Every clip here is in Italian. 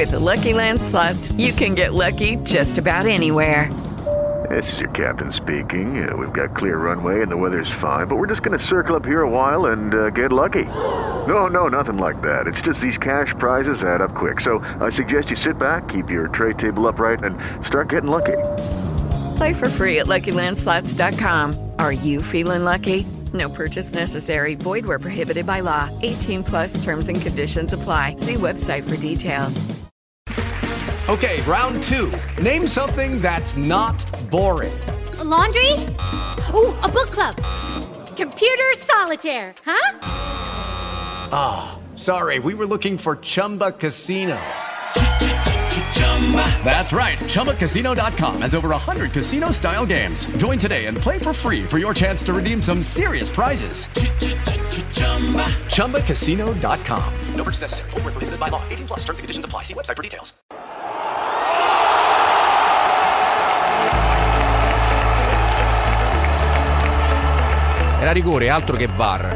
With the Lucky Land Slots, you can get lucky just about anywhere. This is your captain speaking. We've got clear runway and the weather's fine, but we're just going to circle up here a while and get lucky. No, nothing like that. It's just these cash prizes add up quick. So I suggest you sit back, keep your tray table upright, and start getting lucky. Play for free at LuckyLandSlots.com. Are you feeling lucky? No purchase necessary. Void where prohibited by law. 18 plus terms and conditions apply. See website for details. Okay, round two. Name something that's not boring. A laundry? Ooh, a book club. Computer solitaire, huh? Ah, sorry, we were looking for Chumba Casino. That's right, ChumbaCasino.com has over 100 casino-style games. Join today and play for free for your chance to redeem some serious prizes. ChumbaCasino.com. No purchase necessary. Void where prohibited by law. 18 plus terms and conditions apply. See website for details. Era rigore, altro che VAR.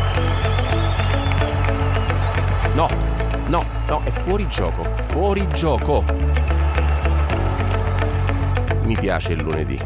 No, è fuori gioco. Fuori gioco. Mi piace il lunedì.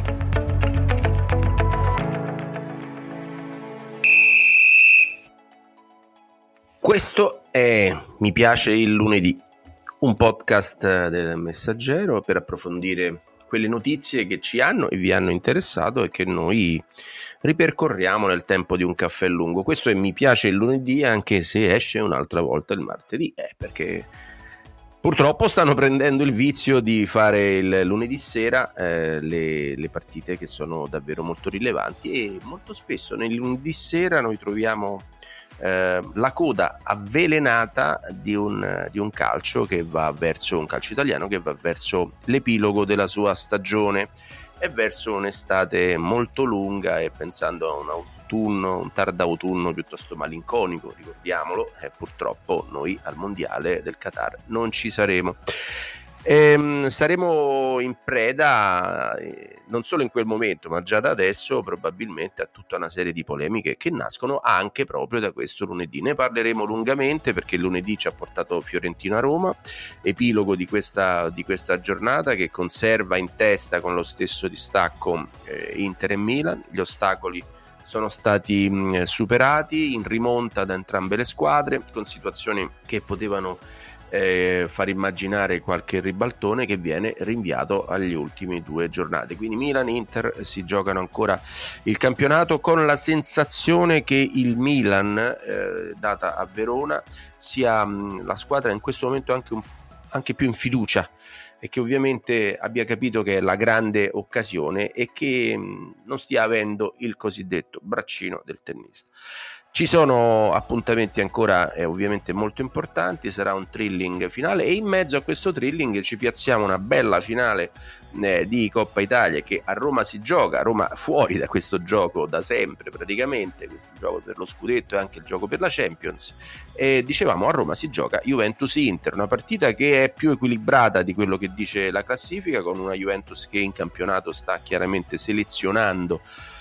Questo è Mi piace il lunedì, un podcast del Messaggero per approfondire quelle notizie che ci hanno e vi hanno interessato e che noi ripercorriamo nel tempo di un caffè lungo. Questo è Mi piace il lunedì, anche se esce un'altra volta il martedì, perché purtroppo stanno prendendo il vizio di fare il lunedì sera le partite che sono davvero molto rilevanti, e molto spesso nel lunedì sera noi troviamo la coda avvelenata di un calcio che va verso un calcio italiano che va verso l'epilogo della sua stagione e verso un'estate molto lunga, e pensando a un tardo autunno piuttosto malinconico, ricordiamolo, purtroppo noi al mondiale del Qatar non ci saremo. Saremo in preda non solo in quel momento, ma già da adesso probabilmente a tutta una serie di polemiche che nascono anche proprio da questo lunedì. Ne parleremo lungamente, perché il lunedì ci ha portato Fiorentina-Roma, epilogo di questa giornata che conserva in testa con lo stesso distacco Inter e Milan. Gli ostacoli sono stati superati in rimonta da entrambe le squadre, con situazioni che potevano far immaginare qualche ribaltone che viene rinviato agli ultimi 2 giornate. Quindi Milan e Inter si giocano ancora il campionato, con la sensazione che il Milan, data a Verona, sia la squadra in questo momento anche più in fiducia, e che ovviamente abbia capito che è la grande occasione e che non stia avendo il cosiddetto braccino del tennista. Ci sono appuntamenti ancora ovviamente molto importanti, sarà un thrilling finale, e in mezzo a questo thrilling ci piazziamo una bella finale di Coppa Italia che a Roma si gioca, a Roma fuori da questo gioco da sempre praticamente, questo gioco per lo scudetto e anche il gioco per la Champions, e dicevamo a Roma si gioca Juventus-Inter, una partita che è più equilibrata di quello che dice la classifica, con una Juventus che in campionato sta chiaramente selezionando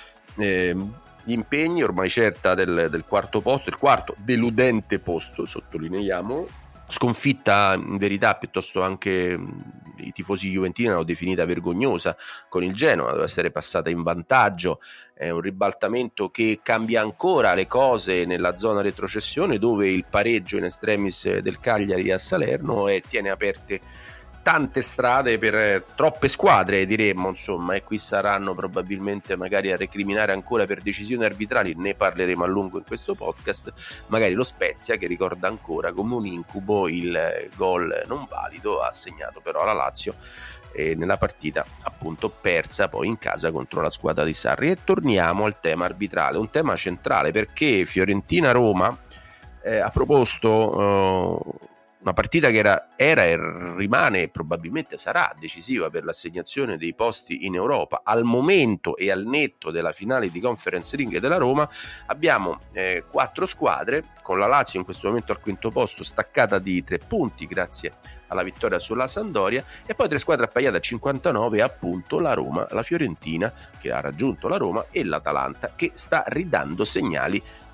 gli impegni, ormai certa del quarto posto, il quarto deludente posto, sottolineiamo, sconfitta in verità piuttosto anche i tifosi juventini hanno definita vergognosa con il Genoa, doveva essere passata in vantaggio, è un ribaltamento che cambia ancora le cose nella zona retrocessione, dove il pareggio in extremis del Cagliari a Salerno tiene aperte tante strade per troppe squadre, diremmo, insomma, e qui saranno probabilmente magari a recriminare ancora per decisioni arbitrali, ne parleremo a lungo in questo podcast, magari lo Spezia, che ricorda ancora come un incubo il gol non valido assegnato però alla Lazio nella partita appunto persa poi in casa contro la squadra di Sarri. E torniamo al tema arbitrale, un tema centrale, perché Fiorentina-Roma ha proposto una partita che era e rimane, probabilmente sarà decisiva per l'assegnazione dei posti in Europa. Al momento e al netto della finale di Conference League della Roma abbiamo 4 squadre, con la Lazio in questo momento al quinto posto, staccata di 3 punti grazie alla vittoria sulla Sampdoria, e poi 3 squadre appaiate a 59, appunto la Roma, la Fiorentina che ha raggiunto la Roma e l'Atalanta che sta ridando segnali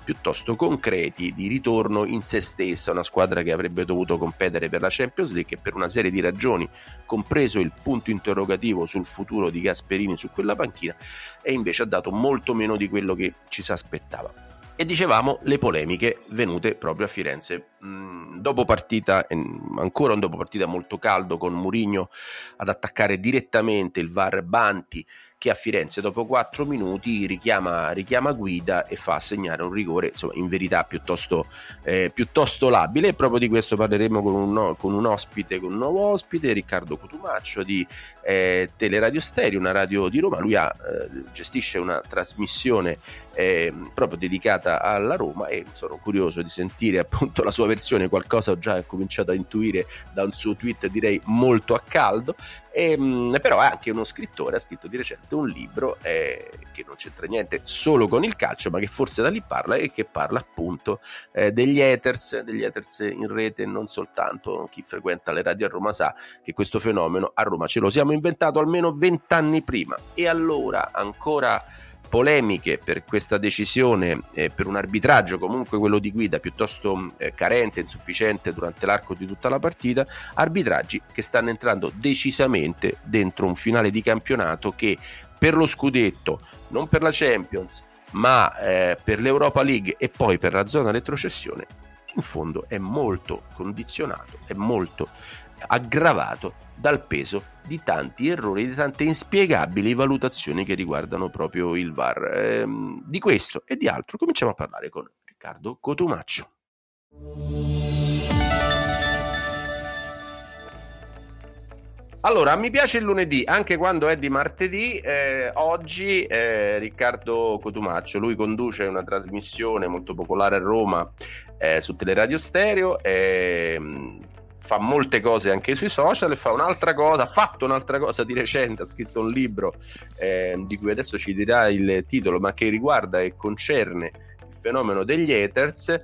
piuttosto concreti di ritorno in se stessa, una squadra che avrebbe dovuto competere per la Champions League e per una serie di ragioni, compreso il punto interrogativo sul futuro di Gasperini su quella panchina, e invece ha dato molto meno di quello che ci si aspettava. E dicevamo le polemiche venute proprio a Firenze. Dopo partita, ancora un dopo partita molto caldo, con Mourinho ad attaccare direttamente il VAR Banti, che a Firenze dopo 4 minuti richiama Guida e fa assegnare un rigore, insomma, in verità piuttosto labile. E proprio di questo parleremo con un nuovo ospite, Riccardo Cotumaccio di Teleradio Stereo, una radio di Roma. Lui gestisce una trasmissione proprio dedicata alla Roma, e sono curioso di sentire appunto la sua versione. Qualcosa ho già cominciato a intuire da un suo tweet, direi molto a caldo. Però è anche uno scrittore, ha scritto di recente un libro che non c'entra niente solo con il calcio, ma che forse da lì parla, e che parla appunto degli haters in rete. Non soltanto chi frequenta le radio a Roma sa che questo fenomeno a Roma ce lo siamo inventato almeno 20 anni prima. E allora ancora polemiche per questa decisione, per un arbitraggio, comunque quello di Guida, piuttosto carente, insufficiente durante l'arco di tutta la partita. Arbitraggi che stanno entrando decisamente dentro un finale di campionato che per lo scudetto, non per la Champions, ma per l'Europa League e poi per la zona retrocessione, in fondo è molto condizionato, è molto aggravato dal peso di tanti errori, di tante inspiegabili valutazioni che riguardano proprio il VAR. Di questo e di altro cominciamo a parlare con Riccardo Cotumaccio. Allora, mi piace il lunedì anche quando è di martedì. Oggi Riccardo Cotumaccio, lui conduce una trasmissione molto popolare a Roma su Teleradio Stereo, fa molte cose anche sui social, e ha fatto un'altra cosa di recente, ha scritto un libro di cui adesso ci dirà il titolo, ma che riguarda e concerne il fenomeno degli haters.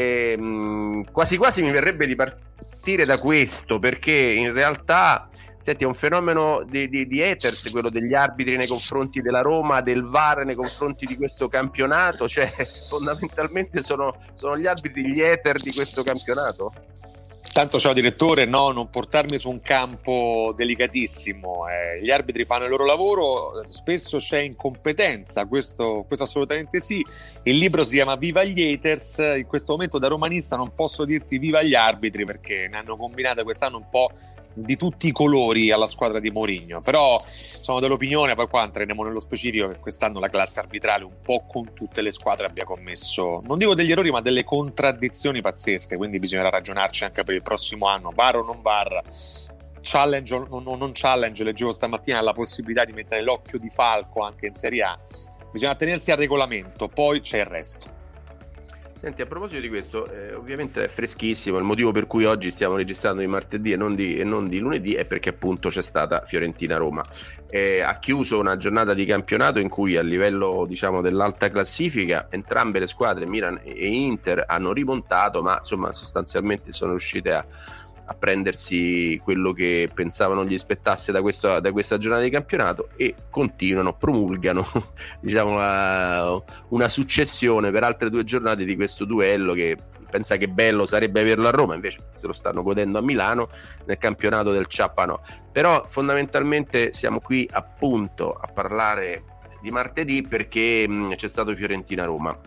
Quasi quasi mi verrebbe di partire da questo, perché in realtà, senti, è un fenomeno di haters, quello degli arbitri nei confronti della Roma, del VAR nei confronti di questo campionato. Cioè fondamentalmente sono gli arbitri gli hater di questo campionato? Tanto, ciao direttore, no, non portarmi su un campo delicatissimo. Gli arbitri fanno il loro lavoro, spesso c'è incompetenza, questo assolutamente sì. Il libro si chiama Viva gli haters. In questo momento da romanista non posso dirti viva gli arbitri, perché ne hanno combinate quest'anno un po' di tutti i colori alla squadra di Mourinho, però sono dell'opinione, poi qua entreremo nello specifico, che quest'anno la classe arbitrale un po' con tutte le squadre abbia commesso, non dico degli errori, ma delle contraddizioni pazzesche, quindi bisognerà ragionarci anche per il prossimo anno, VAR o non VAR, challenge o non challenge. Leggevo stamattina la possibilità di mettere l'occhio di falco anche in Serie A. Bisogna tenersi al regolamento, poi c'è il resto. Senti, a proposito di questo, ovviamente è freschissimo, il motivo per cui oggi stiamo registrando di martedì e non di lunedì è perché appunto c'è stata Fiorentina-Roma. Ha chiuso una giornata di campionato in cui a livello, diciamo, dell'alta classifica entrambe le squadre, Milan e Inter, hanno rimontato, ma insomma sostanzialmente sono riuscite a prendersi quello che pensavano gli spettasse da questa giornata di campionato, e promulgano diciamo una successione per altre 2 giornate di questo duello, che pensa che bello sarebbe averlo a Roma, invece se lo stanno godendo a Milano nel campionato del Ciappano. Però fondamentalmente siamo qui appunto a parlare di martedì perché c'è stato Fiorentina-Roma.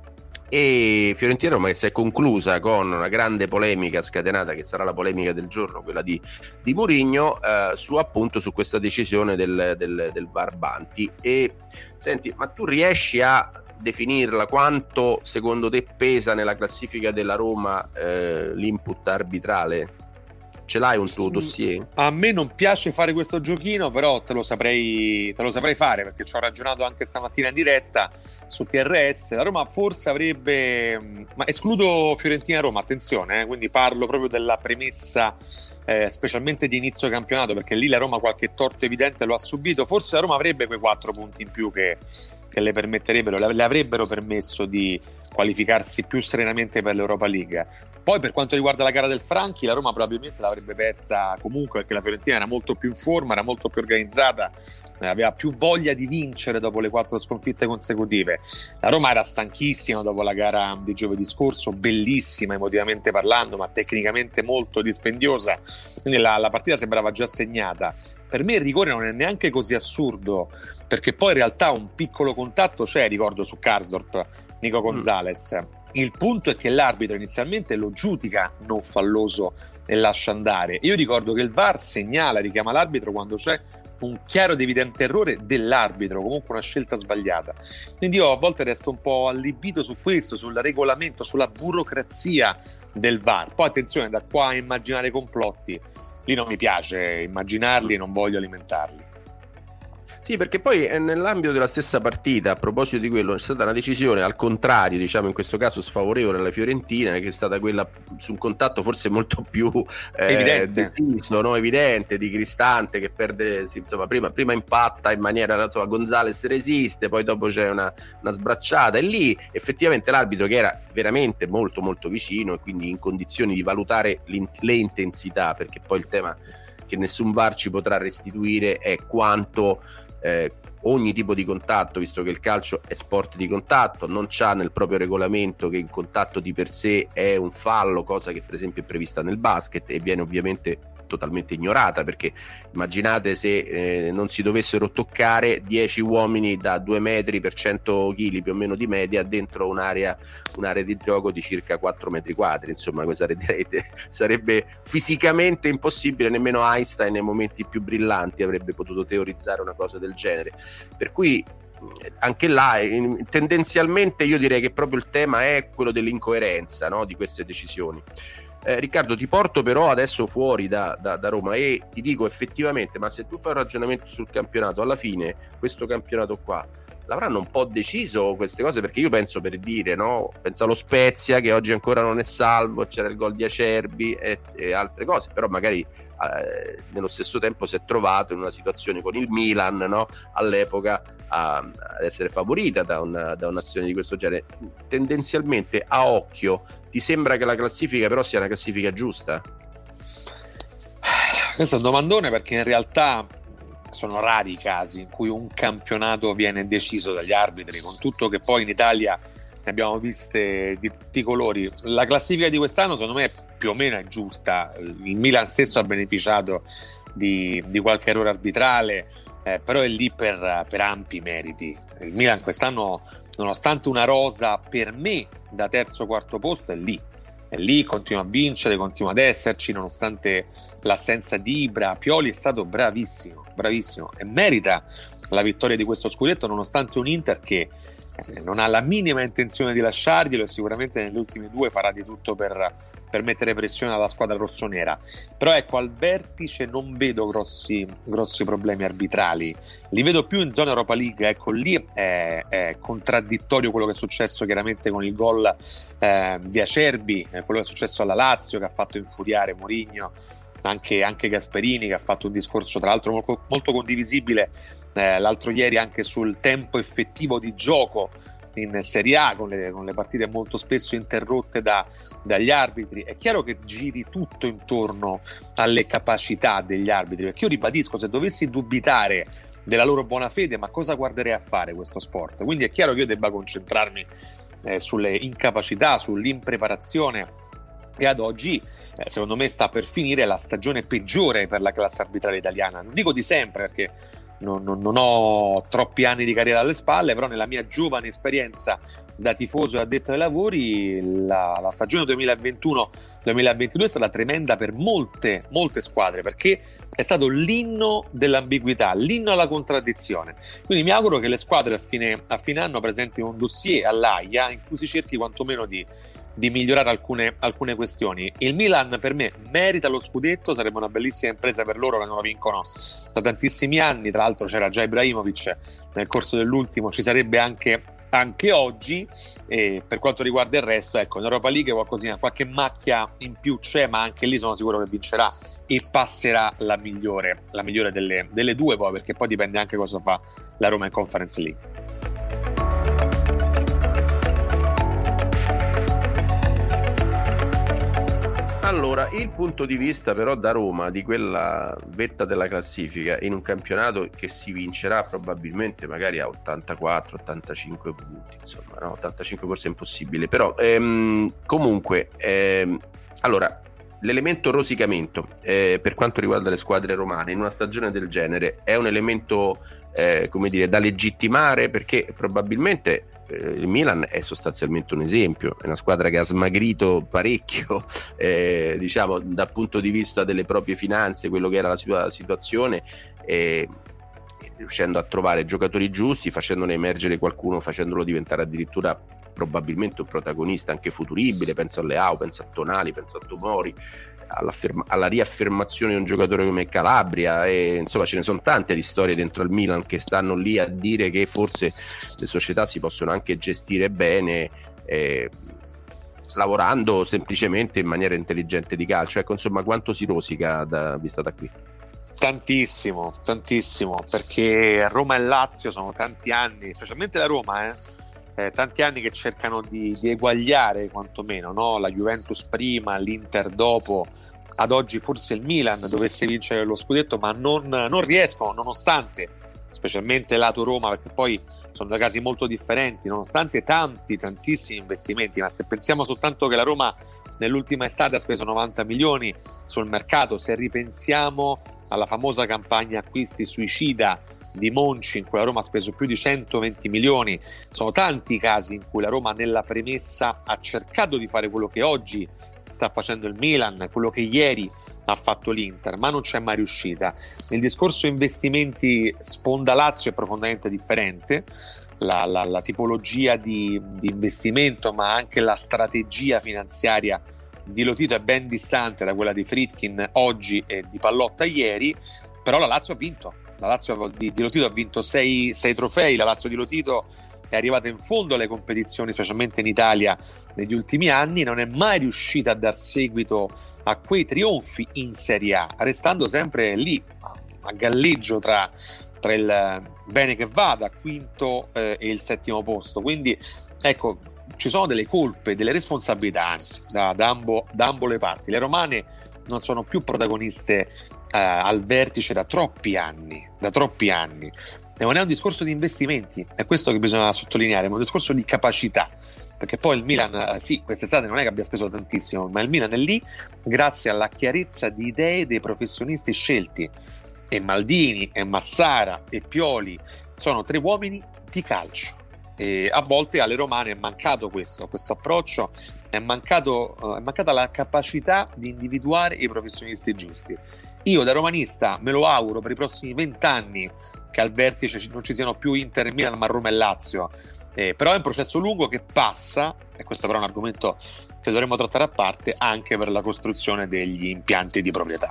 E Fiorentina-Roma che si è conclusa con una grande polemica scatenata, che sarà la polemica del giorno, quella di Mourinho, su questa decisione del VAR Banti. E senti, ma tu riesci a definirla? Quanto secondo te pesa nella classifica della Roma l'input arbitrale? Ce l'hai un tuo dossier? A me non piace fare questo giochino, però te lo saprei fare, perché ci ho ragionato anche stamattina in diretta su TRS. La Roma forse avrebbe, ma escludo Fiorentina-Roma, attenzione, quindi parlo proprio della premessa, specialmente di inizio campionato, perché lì la Roma qualche torto evidente lo ha subito. Forse la Roma avrebbe quei 4 punti in più che le permetterebbero, le avrebbero permesso di qualificarsi più serenamente per l'Europa League. Poi per quanto riguarda la gara del Franchi, la Roma probabilmente l'avrebbe persa comunque, perché la Fiorentina era molto più in forma, era molto più organizzata, aveva più voglia di vincere dopo le 4 sconfitte consecutive. La Roma era stanchissima dopo la gara di giovedì scorso, bellissima emotivamente parlando, ma tecnicamente molto dispendiosa, quindi la partita sembrava già segnata. Per me il rigore non è neanche così assurdo, perché poi in realtà un piccolo contatto c'è, ricordo su Karsdorp, Nico Gonzalez. Il punto è che l'arbitro inizialmente lo giudica non falloso e lascia andare. Io ricordo che il VAR segnala, richiama l'arbitro quando c'è un chiaro ed evidente errore dell'arbitro, comunque una scelta sbagliata. Quindi io a volte resto un po' allibito su questo, sul regolamento, sulla burocrazia del VAR. Poi attenzione, da qua a immaginare complotti, lì non mi piace immaginarli e non voglio alimentarli. Sì, perché poi nell'ambito della stessa partita, a proposito di quello, c'è stata una decisione al contrario, diciamo in questo caso sfavorevole alla Fiorentina, che è stata quella su un contatto forse molto più deciso, no? Evidente, di Cristante che perde, sì, insomma, prima impatta in maniera, insomma, Gonzalez resiste, poi dopo c'è una sbracciata e lì effettivamente l'arbitro, che era veramente molto molto vicino e quindi in condizioni di valutare le intensità, perché poi il tema che nessun VAR ci potrà restituire è quanto ogni tipo di contatto, visto che il calcio è sport di contatto, non c'ha nel proprio regolamento che il contatto di per sé è un fallo, cosa che per esempio è prevista nel basket e viene ovviamente totalmente ignorata, perché immaginate se non si dovessero toccare 10 uomini da 2 metri per 100 kg più o meno di media dentro un'area di gioco di circa 4 metri quadri, insomma questa sarebbe fisicamente impossibile, nemmeno Einstein nei momenti più brillanti avrebbe potuto teorizzare una cosa del genere, per cui anche là tendenzialmente io direi che proprio il tema è quello dell'incoerenza, no, di queste decisioni. Riccardo, ti porto però adesso fuori da Roma e ti dico effettivamente, ma se tu fai un ragionamento sul campionato, alla fine questo campionato qua l'avranno un po' deciso queste cose, perché io penso, per dire, no, penso allo Spezia che oggi ancora non è salvo, c'era il gol di Acerbi e altre cose, però magari nello stesso tempo si è trovato in una situazione con il Milan, no, all'epoca ad essere favorita da un'azione di questo genere. Tendenzialmente a occhio ti sembra che la classifica però sia una classifica giusta? Questo è un domandone, perché in realtà sono rari i casi in cui un campionato viene deciso dagli arbitri, con tutto che poi in Italia ne abbiamo viste di tutti i colori. La classifica di quest'anno secondo me più o meno è giusta, il Milan stesso ha beneficiato di qualche errore arbitrale, però è lì per ampi meriti. Il Milan quest'anno, nonostante una rosa per me da terzo o quarto posto, è lì, continua a vincere, continua ad esserci nonostante l'assenza di Ibra. Pioli è stato bravissimo e merita la vittoria di questo scudetto, nonostante un Inter che non ha la minima intenzione di lasciarglielo e sicuramente negli ultimi 2 farà di tutto per mettere pressione alla squadra rossonera. Però ecco, al vertice non vedo grossi problemi arbitrali, li vedo più in zona Europa League. Ecco, lì è contraddittorio quello che è successo chiaramente con il gol di Acerbi, quello che è successo alla Lazio che ha fatto infuriare Mourinho, anche Gasperini che ha fatto un discorso tra l'altro molto condivisibile l'altro ieri anche sul tempo effettivo di gioco in Serie A, con le partite molto spesso interrotte dagli arbitri. È chiaro che giri tutto intorno alle capacità degli arbitri, perché io ribadisco, se dovessi dubitare della loro buona fede, ma cosa guarderei a fare questo sport? Quindi è chiaro che io debba concentrarmi sulle incapacità, sull'impreparazione, e ad oggi secondo me sta per finire la stagione peggiore per la classe arbitrale italiana. Non dico di sempre, perché non ho troppi anni di carriera alle spalle, però nella mia giovane esperienza da tifoso e addetto ai lavori la stagione 2021-2022 è stata tremenda per molte squadre, perché è stato l'inno dell'ambiguità, l'inno alla contraddizione. Quindi mi auguro che le squadre a fine anno presentino un dossier all'AIA in cui si cerchi quantomeno di migliorare alcune questioni. Il Milan per me merita lo scudetto, sarebbe una bellissima impresa per loro che non lo vincono da tantissimi anni. Tra l'altro c'era già Ibrahimovic nel corso dell'ultimo, ci sarebbe anche oggi. E per quanto riguarda il resto, ecco, in Europa League qualcosina, qualche macchia in più c'è, ma anche lì sono sicuro che vincerà e passerà la migliore delle due, poi, perché poi dipende anche cosa fa la Roma in Conference League. Allora, il punto di vista però da Roma di quella vetta della classifica in un campionato che si vincerà probabilmente magari a 84-85 punti, insomma, no? 85 forse è impossibile, però comunque allora l'elemento rosicamento per quanto riguarda le squadre romane in una stagione del genere è un elemento come dire da legittimare, perché probabilmente il Milan è sostanzialmente un esempio, è una squadra che ha smagrito parecchio diciamo dal punto di vista delle proprie finanze, quello che era la sua situazione, riuscendo a trovare giocatori giusti, facendone emergere qualcuno, facendolo diventare addirittura probabilmente un protagonista anche futuribile. Penso a Leao, penso a Tonali, penso a Tomori, alla riaffermazione di un giocatore come Calabria, e insomma ce ne sono tante di storie dentro al Milan che stanno lì a dire che forse le società si possono anche gestire bene lavorando semplicemente in maniera intelligente di calcio. Ecco, insomma, quanto si rosica vista da qui? Tantissimo, perché Roma e Lazio sono tanti anni, specialmente la Roma, tanti anni che cercano di eguagliare quantomeno, no? La Juventus prima, l'Inter dopo, ad oggi forse il Milan dovesse vincere lo scudetto, ma non riescono, nonostante, specialmente lato Roma, perché poi sono due casi molto differenti, nonostante tantissimi investimenti. Ma se pensiamo soltanto che la Roma nell'ultima estate ha speso 90 milioni sul mercato, se ripensiamo alla famosa campagna acquisti suicida di Monchi in cui la Roma ha speso più di 120 milioni, sono tanti casi in cui la Roma nella premessa ha cercato di fare quello che oggi sta facendo il Milan, quello che ieri ha fatto l'Inter, ma non c'è mai riuscita. Il discorso investimenti sponda Lazio è profondamente differente, la tipologia di investimento, ma anche la strategia finanziaria di Lotito è ben distante da quella di Friedkin oggi e di Pallotta ieri, però la Lazio ha vinto. La Lazio di Lotito ha vinto 6 trofei, la Lazio di Lotito è arrivata in fondo alle competizioni, specialmente in Italia, negli ultimi anni, non è mai riuscita a dar seguito a quei trionfi in Serie A, restando sempre lì a galleggio tra il bene che vada, quinto e il settimo posto. Quindi ecco, ci sono delle colpe, delle responsabilità, anzi, da ambo le parti. Le romane non sono più protagoniste al vertice da troppi anni, e non è un discorso di investimenti, è questo che bisogna sottolineare, ma è un discorso di capacità, perché poi il Milan sì, quest'estate non è che abbia speso tantissimo, ma il Milan è lì grazie alla chiarezza di idee dei professionisti scelti, e Maldini, e Massara, e Pioli sono 3 uomini di calcio, e a volte alle romane è mancato questo approccio, è mancata la capacità di individuare i professionisti giusti. Io da romanista me lo auguro per i prossimi 20 anni che al vertice non ci siano più Inter e Milan, ma Roma e Lazio, però è un processo lungo che passa, e questo però è un argomento che dovremmo trattare a parte, anche per la costruzione degli impianti di proprietà.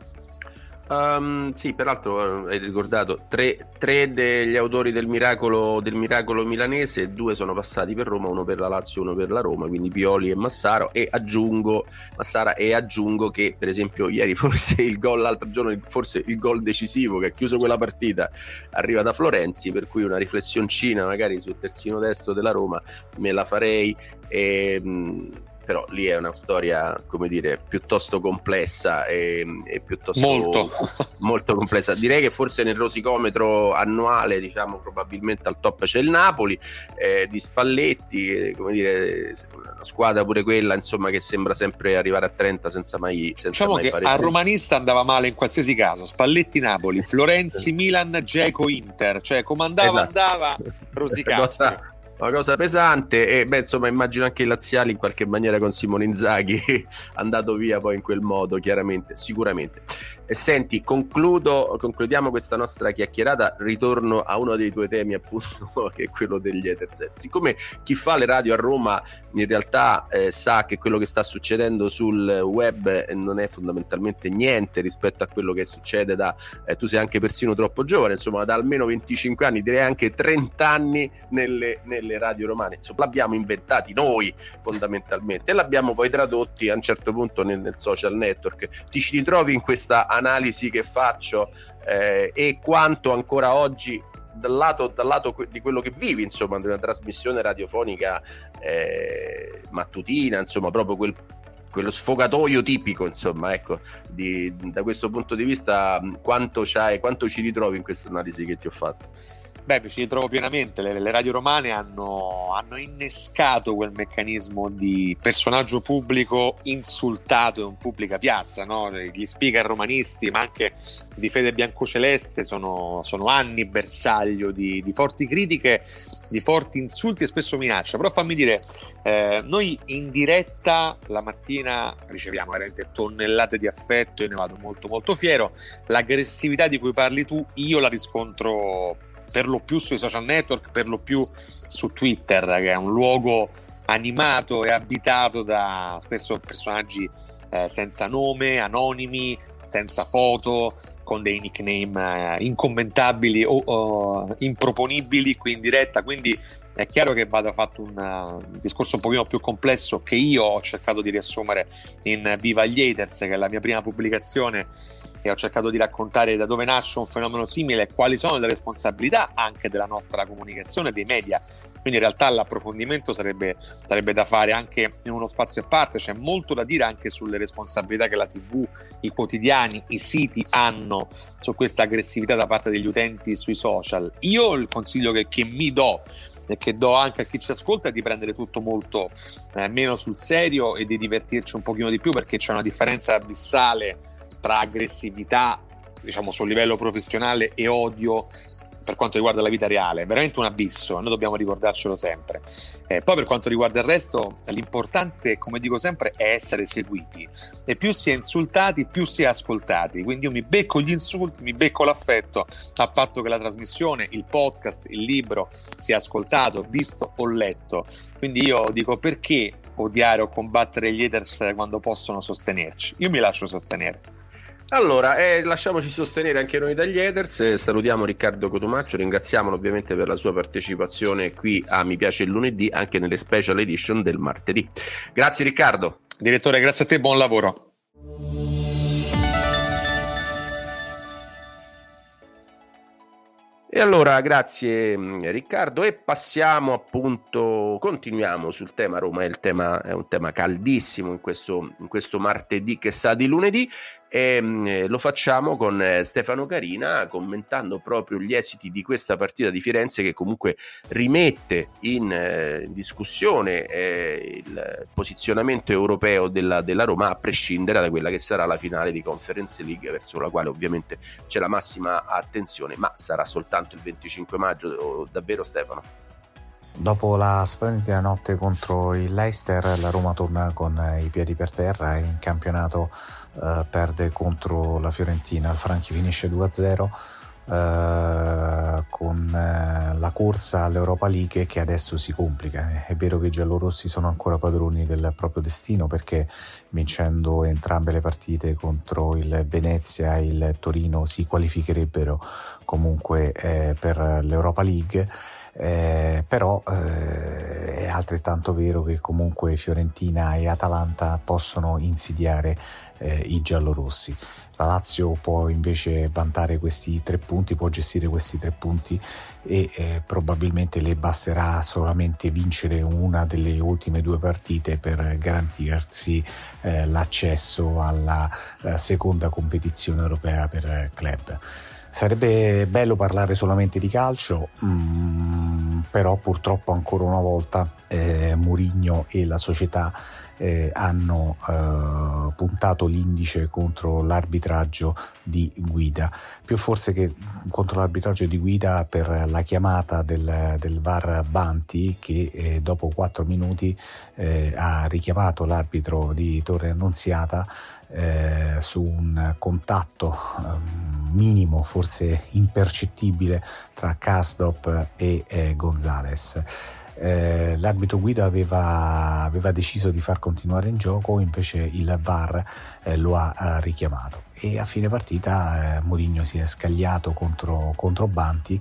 Sì, peraltro hai ricordato 3 degli autori del miracolo milanese, 2 sono passati per Roma, 1 per la Lazio, 1 per la Roma, quindi Pioli e Massara, e aggiungo che per esempio ieri forse il gol, l'altro giorno forse il gol decisivo che ha chiuso quella partita arriva da Florenzi, per cui una riflessioncina magari sul terzino destro della Roma me la farei, però lì è una storia, come dire, piuttosto complessa e piuttosto molto complessa. Direi che forse nel rosicometro annuale, diciamo, probabilmente al top c'è il Napoli di Spalletti, come dire, una squadra pure quella, insomma, che sembra sempre arrivare a 30 senza mai che fare a romanista andava male in qualsiasi caso. Spalletti Napoli, Florenzi Milan, Dzeko Inter, cioè comandava, andava, rosicazzi. Una cosa pesante, e insomma immagino anche i laziali in qualche maniera con Simone Inzaghi andato via poi in quel modo, chiaramente, sicuramente. E senti, concludiamo questa nostra chiacchierata, ritorno a uno dei tuoi temi, appunto, che è quello degli Etherset. Siccome chi fa le radio a Roma in realtà sa che quello che sta succedendo sul web non è fondamentalmente niente rispetto a quello che succede tu sei anche persino troppo giovane, insomma, da almeno 25 anni, direi anche 30 anni nelle radio romane, insomma, l'abbiamo inventati noi fondamentalmente e l'abbiamo poi tradotti a un certo punto nel social network. Ti ci ritrovi in questa analisi che faccio e quanto ancora oggi dal lato di quello che vivi, insomma, di una trasmissione radiofonica mattutina, insomma, proprio quel quello sfogatoio tipico, insomma, ecco, da questo punto di vista quanto ci ritrovi in questa analisi che ti ho fatto? Beh, mi ci ritrovo pienamente. Le radio romane hanno innescato quel meccanismo di personaggio pubblico insultato in pubblica piazza, no? Gli speaker romanisti, ma anche di fede biancoceleste, sono anni bersaglio di forti critiche, di forti insulti e spesso minacce. Però fammi dire, noi in diretta la mattina riceviamo veramente tonnellate di affetto, io ne vado molto molto fiero. L'aggressività di cui parli tu io la riscontro per lo più sui social network, per lo più su Twitter, che è un luogo animato e abitato da spesso personaggi senza nome, anonimi, senza foto, con dei nickname incommentabili o improponibili qui in diretta. Quindi è chiaro che vada fatto un discorso un pochino più complesso, che io ho cercato di riassumere in Viva gli Haters, che è la mia prima pubblicazione, e ho cercato di raccontare da dove nasce un fenomeno simile e quali sono le responsabilità anche della nostra comunicazione, dei media. Quindi in realtà l'approfondimento sarebbe da fare anche in uno spazio a parte. C'è molto da dire anche sulle responsabilità che la TV, i quotidiani, i siti hanno su questa aggressività da parte degli utenti sui social. Io il consiglio che mi do e che do anche a chi ci ascolta è di prendere tutto molto meno sul serio e di divertirci un pochino di più, perché c'è una differenza abissale tra aggressività, diciamo, sul livello professionale e odio per quanto riguarda la vita reale. È veramente un abisso, noi dobbiamo ricordarcelo sempre. Poi per quanto riguarda il resto, l'importante, come dico sempre, è essere seguiti, e più si è insultati più si è ascoltati. Quindi io mi becco gli insulti, mi becco l'affetto, a patto che la trasmissione, il podcast, il libro sia ascoltato, visto o letto. Quindi io dico, perché odiare o combattere gli haters quando possono sostenerci? Io mi lascio sostenere. Allora, lasciamoci sostenere anche noi dagli haters. Salutiamo Riccardo Cotumaccio, ringraziamolo ovviamente per la sua partecipazione qui a Mi Piace il Lunedì, anche nelle special edition del martedì. Grazie Riccardo. Direttore, grazie a te, buon lavoro. E allora grazie Riccardo, e continuiamo sul tema Roma. È un tema caldissimo in questo martedì che sa di lunedì, e lo facciamo con Stefano Carina, commentando proprio gli esiti di questa partita di Firenze, che comunque rimette in discussione il posizionamento europeo della Roma, a prescindere da quella che sarà la finale di Conference League, verso la quale ovviamente c'è la massima attenzione. Ma sarà soltanto il 25 maggio, davvero Stefano? Dopo la splendida notte contro il Leicester, la Roma torna con i piedi per terra e in campionato perde contro la Fiorentina. Il Franchi finisce 2-0 con la corsa all'Europa League che adesso si complica. È vero che i giallorossi sono ancora padroni del proprio destino, perché vincendo entrambe le partite contro il Venezia e il Torino si qualificherebbero comunque per l'Europa League. Però è altrettanto vero che comunque Fiorentina e Atalanta possono insidiare i giallorossi. La Lazio può invece vantare questi 3 punti, può gestire questi 3 punti, e probabilmente le basterà solamente vincere una delle ultime 2 partite per garantirsi l'accesso alla seconda competizione europea per club. Sarebbe bello parlare solamente di calcio, però purtroppo ancora una volta Mourinho e la società hanno puntato l'indice contro l'arbitraggio di guida, più forse che contro l'arbitraggio di guida per la chiamata del VAR Banti, che dopo 4 minuti ha richiamato l'arbitro di Torre Annunziata su un contatto minimo, forse impercettibile, tra Karsdorp e Gonzalez. L'arbitro guida aveva deciso di far continuare in gioco, invece il VAR lo ha richiamato, e a fine partita Mourinho si è scagliato contro Banti,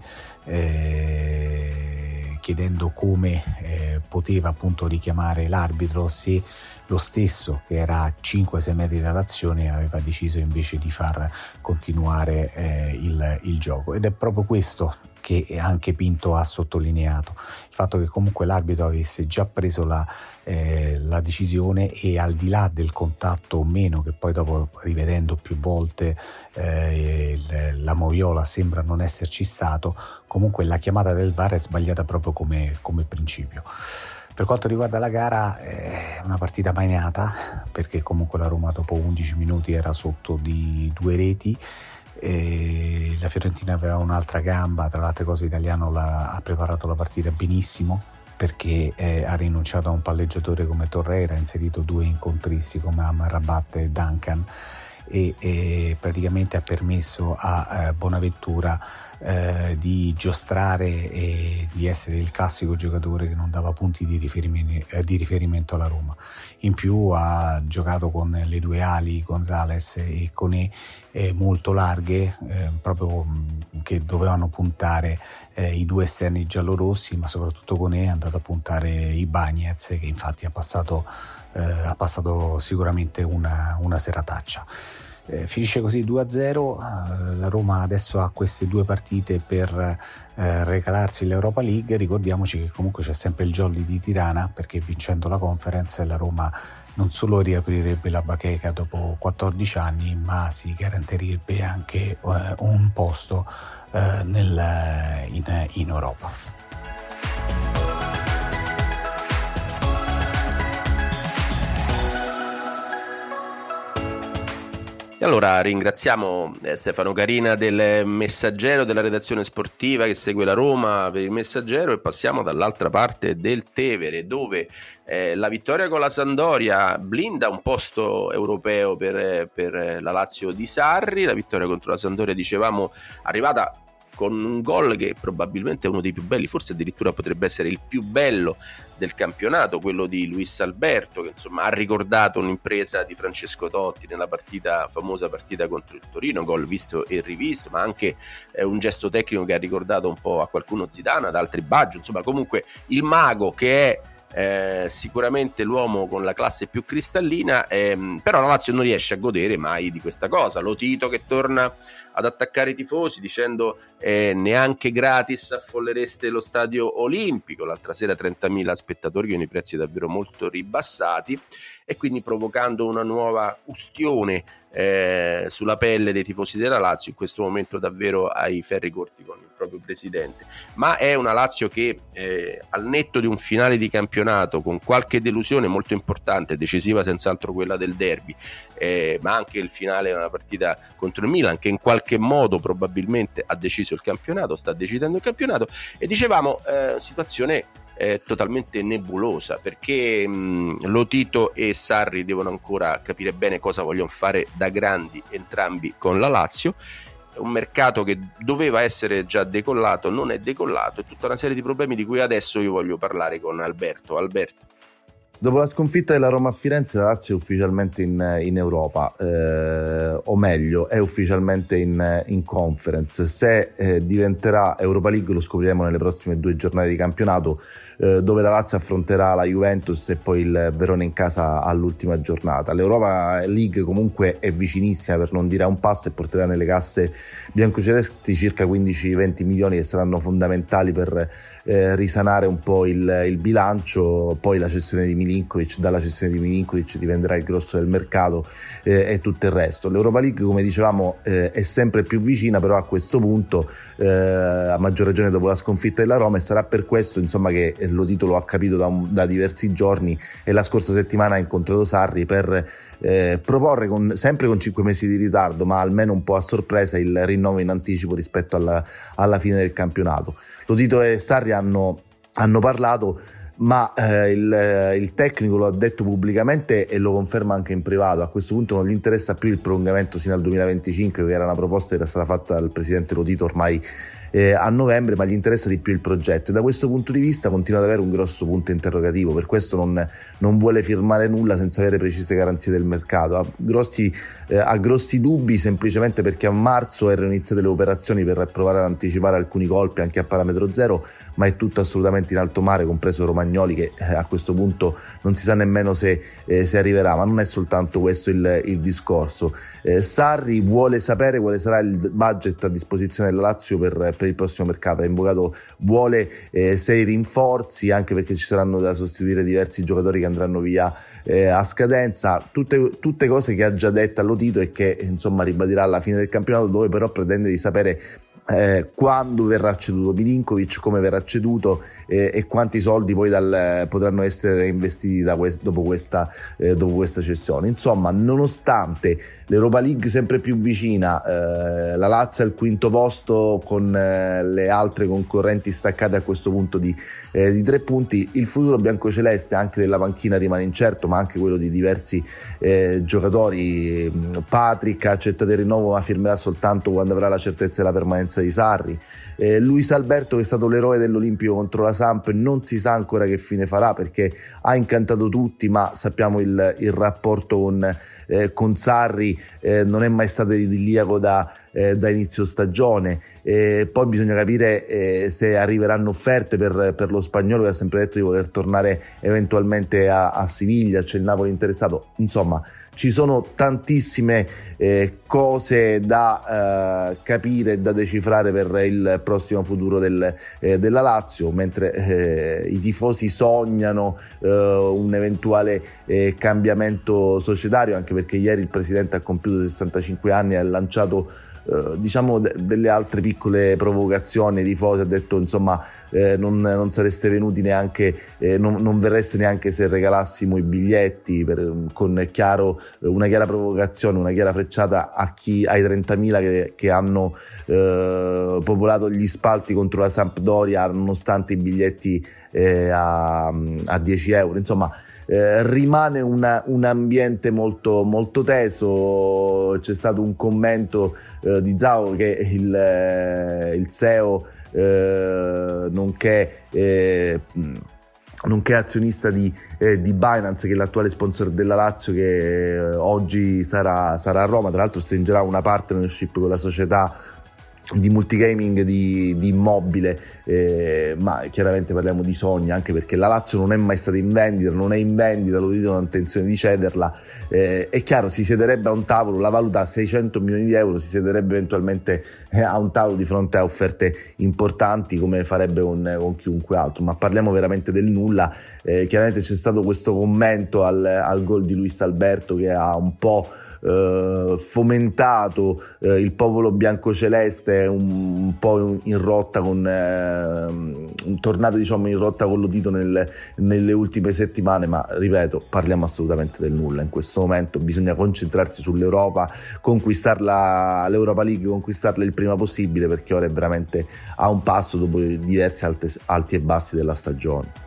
chiedendo come poteva appunto richiamare l'arbitro, se lo stesso, che era a 5-6 metri dall'azione, aveva deciso invece di far continuare il gioco. Ed è proprio questo che anche Pinto ha sottolineato, il fatto che comunque l'arbitro avesse già preso la decisione, e al di là del contatto o meno, che poi dopo, rivedendo più volte la moviola, sembra non esserci stato, comunque la chiamata del VAR è sbagliata proprio come principio. Per quanto riguarda la gara, è una partita magnata, perché comunque la Roma dopo 11 minuti era sotto di 2 reti, e la Fiorentina aveva un'altra gamba. Tra le altre cose, Italiano ha preparato la partita benissimo, perché ha rinunciato a un palleggiatore come Torreira, ha inserito 2 incontristi come Amrabat e Duncan, e praticamente ha permesso a Bonaventura di giostrare e di essere il classico giocatore che non dava punti di riferimento alla Roma. In più ha giocato con le 2 ali, Gonzalez e Koné, molto larghe, proprio che dovevano puntare i 2 esterni giallorossi, ma soprattutto Koné è andato a puntare Ibañez, che infatti ha passato sicuramente una serataccia. Finisce così 2-0, la Roma adesso ha queste 2 partite per regalarsi l'Europa League. Ricordiamoci che comunque c'è sempre il jolly di Tirana, perché vincendo la Conference la Roma non solo riaprirebbe la bacheca dopo 14 anni, ma si garantirebbe anche un posto in Europa. E allora ringraziamo Stefano Carina del Messaggero, della redazione sportiva che segue la Roma per il Messaggero, e passiamo dall'altra parte del Tevere, dove la vittoria con la Sampdoria blinda un posto europeo per la Lazio di Sarri. La vittoria contro la Sampdoria, dicevamo, arrivata con un gol che probabilmente è uno dei più belli, forse addirittura potrebbe essere il più bello del campionato, quello di Luis Alberto, che insomma ha ricordato un'impresa di Francesco Totti nella famosa partita contro il Torino, gol visto e rivisto, ma anche un gesto tecnico che ha ricordato un po' a qualcuno Zidane, ad altri Baggio, insomma comunque il mago, che è sicuramente l'uomo con la classe più cristallina, però la Lazio non riesce a godere mai di questa cosa. Lotito che torna ad attaccare i tifosi dicendo neanche gratis affollereste lo stadio olimpico, l'altra sera 30.000 spettatori con i prezzi davvero molto ribassati, e quindi provocando una nuova ustione sulla pelle dei tifosi della Lazio, in questo momento davvero ai ferri corti con il proprio presidente. Ma è una Lazio che al netto di un finale di campionato con qualche delusione molto importante, decisiva senz'altro quella del derby, ma anche il finale di una partita contro il Milan, che in qualche modo probabilmente ha deciso il campionato, sta decidendo il campionato, e dicevamo situazione totalmente nebulosa, perché Lotito e Sarri devono ancora capire bene cosa vogliono fare da grandi entrambi con la Lazio. Un mercato che doveva essere già decollato non è decollato, e tutta una serie di problemi di cui adesso io voglio parlare con Alberto. Dopo la sconfitta della Roma a Firenze, la Lazio è ufficialmente in Europa, o meglio è ufficialmente in Conference. Se diventerà Europa League lo scopriremo nelle prossime 2 giornate di campionato, dove la Lazio affronterà la Juventus e poi il Verona in casa all'ultima giornata. L'Europa League comunque è vicinissima, per non dire a un passo, e porterà nelle casse biancocelesti circa 15-20 milioni che saranno fondamentali per risanare un po' il bilancio. Poi la cessione di Milinkovic, dalla cessione di Milinkovic dipenderà il grosso del mercato e tutto il resto. L'Europa League, come dicevamo, è sempre più vicina, però a questo punto, a maggior ragione dopo la sconfitta della Roma, e sarà per questo insomma che lo titolo ha capito da diversi giorni, e la scorsa settimana ha incontrato Sarri per proporre sempre con 5 mesi di ritardo, ma almeno un po' a sorpresa, il rinnovo in anticipo rispetto alla fine del campionato. Lotito e Sarri hanno parlato, ma il tecnico lo ha detto pubblicamente e lo conferma anche in privato. A questo punto non gli interessa più il prolungamento sino al 2025, che era una proposta che era stata fatta dal presidente Lotito ormai a novembre, ma gli interessa di più il progetto, e da questo punto di vista continua ad avere un grosso punto interrogativo. Per questo non vuole firmare nulla senza avere precise garanzie del mercato. Ha grossi dubbi semplicemente perché a marzo erano iniziate le operazioni per provare ad anticipare alcuni colpi anche a parametro zero, ma è tutto assolutamente in alto mare, compreso Romagnoli, che a questo punto non si sa nemmeno se arriverà. Ma non è soltanto questo il discorso. Sarri vuole sapere quale sarà il budget a disposizione della Lazio per il prossimo mercato. Ha invocato, vuole 6 rinforzi, anche perché ci saranno da sostituire diversi giocatori che andranno via a scadenza, tutte cose che ha già detto all'Otito e che insomma ribadirà alla fine del campionato, dove però pretende di sapere quando verrà ceduto Milinkovic, come verrà ceduto e quanti soldi poi potranno essere reinvestiti dopo questa cessione. Insomma, nonostante l'Europa League sempre più vicina, la Lazio al quinto posto con le altre concorrenti staccate a questo punto di 3 punti, il futuro biancoceleste anche della panchina rimane incerto, ma anche quello di diversi giocatori. Patrick ha accettato il rinnovo, ma firmerà soltanto quando avrà la certezza della permanenza di Sarri. Luis Alberto, che è stato l'eroe dell'Olimpico contro la Samp, non si sa ancora che fine farà, perché ha incantato tutti, ma sappiamo il rapporto con Sarri non è mai stato idilliaco da inizio stagione. Poi bisogna capire se arriveranno offerte per lo spagnolo, che ha sempre detto di voler tornare eventualmente a Siviglia. C'è il Napoli interessato. Insomma, ci sono tantissime cose da capire e da decifrare per il prossimo futuro della Lazio, mentre i tifosi sognano un eventuale cambiamento societario, anche perché ieri il presidente ha compiuto 65 anni e ha lanciato delle altre piccole provocazioni ai tifosi. Ha detto insomma non sareste venuti neanche, non verreste neanche se regalassimo i biglietti, con una chiara provocazione, una chiara frecciata ai 30.000 che hanno popolato gli spalti contro la Sampdoria, nonostante i biglietti a 10 euro. Insomma, rimane un ambiente molto, molto teso. C'è stato un commento di Zhao, che il CEO nonché azionista di Binance, che è l'attuale sponsor della Lazio, che oggi sarà a Roma. Tra l'altro stringerà una partnership con la società di multigaming di Immobile, ma chiaramente parliamo di sogni, anche perché la Lazio non è mai stata in vendita, non è in vendita, lo dicono, hanno intenzione di cederla. È chiaro, si siederebbe a un tavolo, la valuta a 600 milioni di euro, si siederebbe eventualmente a un tavolo di fronte a offerte importanti, come farebbe con chiunque altro. Ma parliamo veramente del nulla. Chiaramente c'è stato questo commento al gol di Luis Alberto, che ha un po' fomentato il popolo biancoceleste un po' in rotta tornato in rotta con l'Otito nelle ultime settimane. Ma ripeto, parliamo assolutamente del nulla in questo momento. Bisogna concentrarsi sull'Europa, conquistarla, l'Europa League, conquistarla il prima possibile, perché ora è veramente a un passo dopo diversi alti e bassi della stagione.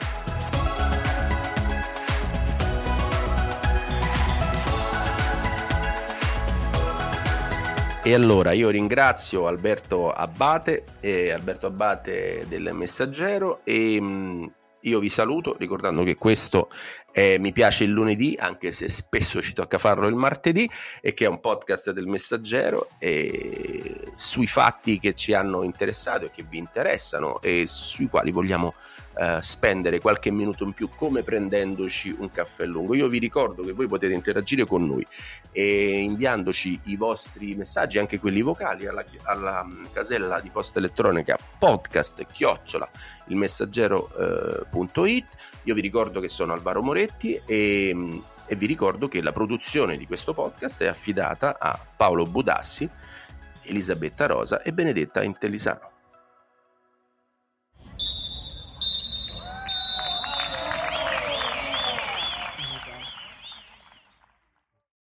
E allora io ringrazio Alberto Abbate del Messaggero, e io vi saluto ricordando che questo Mi piace il lunedì, anche se spesso ci tocca farlo il martedì, e che è un podcast del Messaggero sui fatti che ci hanno interessato e che vi interessano e sui quali vogliamo spendere qualche minuto in più, come prendendoci un caffè lungo. Io vi ricordo che voi potete interagire con noi inviandoci i vostri messaggi, anche quelli vocali, alla casella di posta elettronica podcast@ilmessaggero.it. Io vi ricordo che sono Alvaro Moretti e vi ricordo che la produzione di questo podcast è affidata a Paolo Budassi, Elisabetta Rosa e Benedetta Intellisano.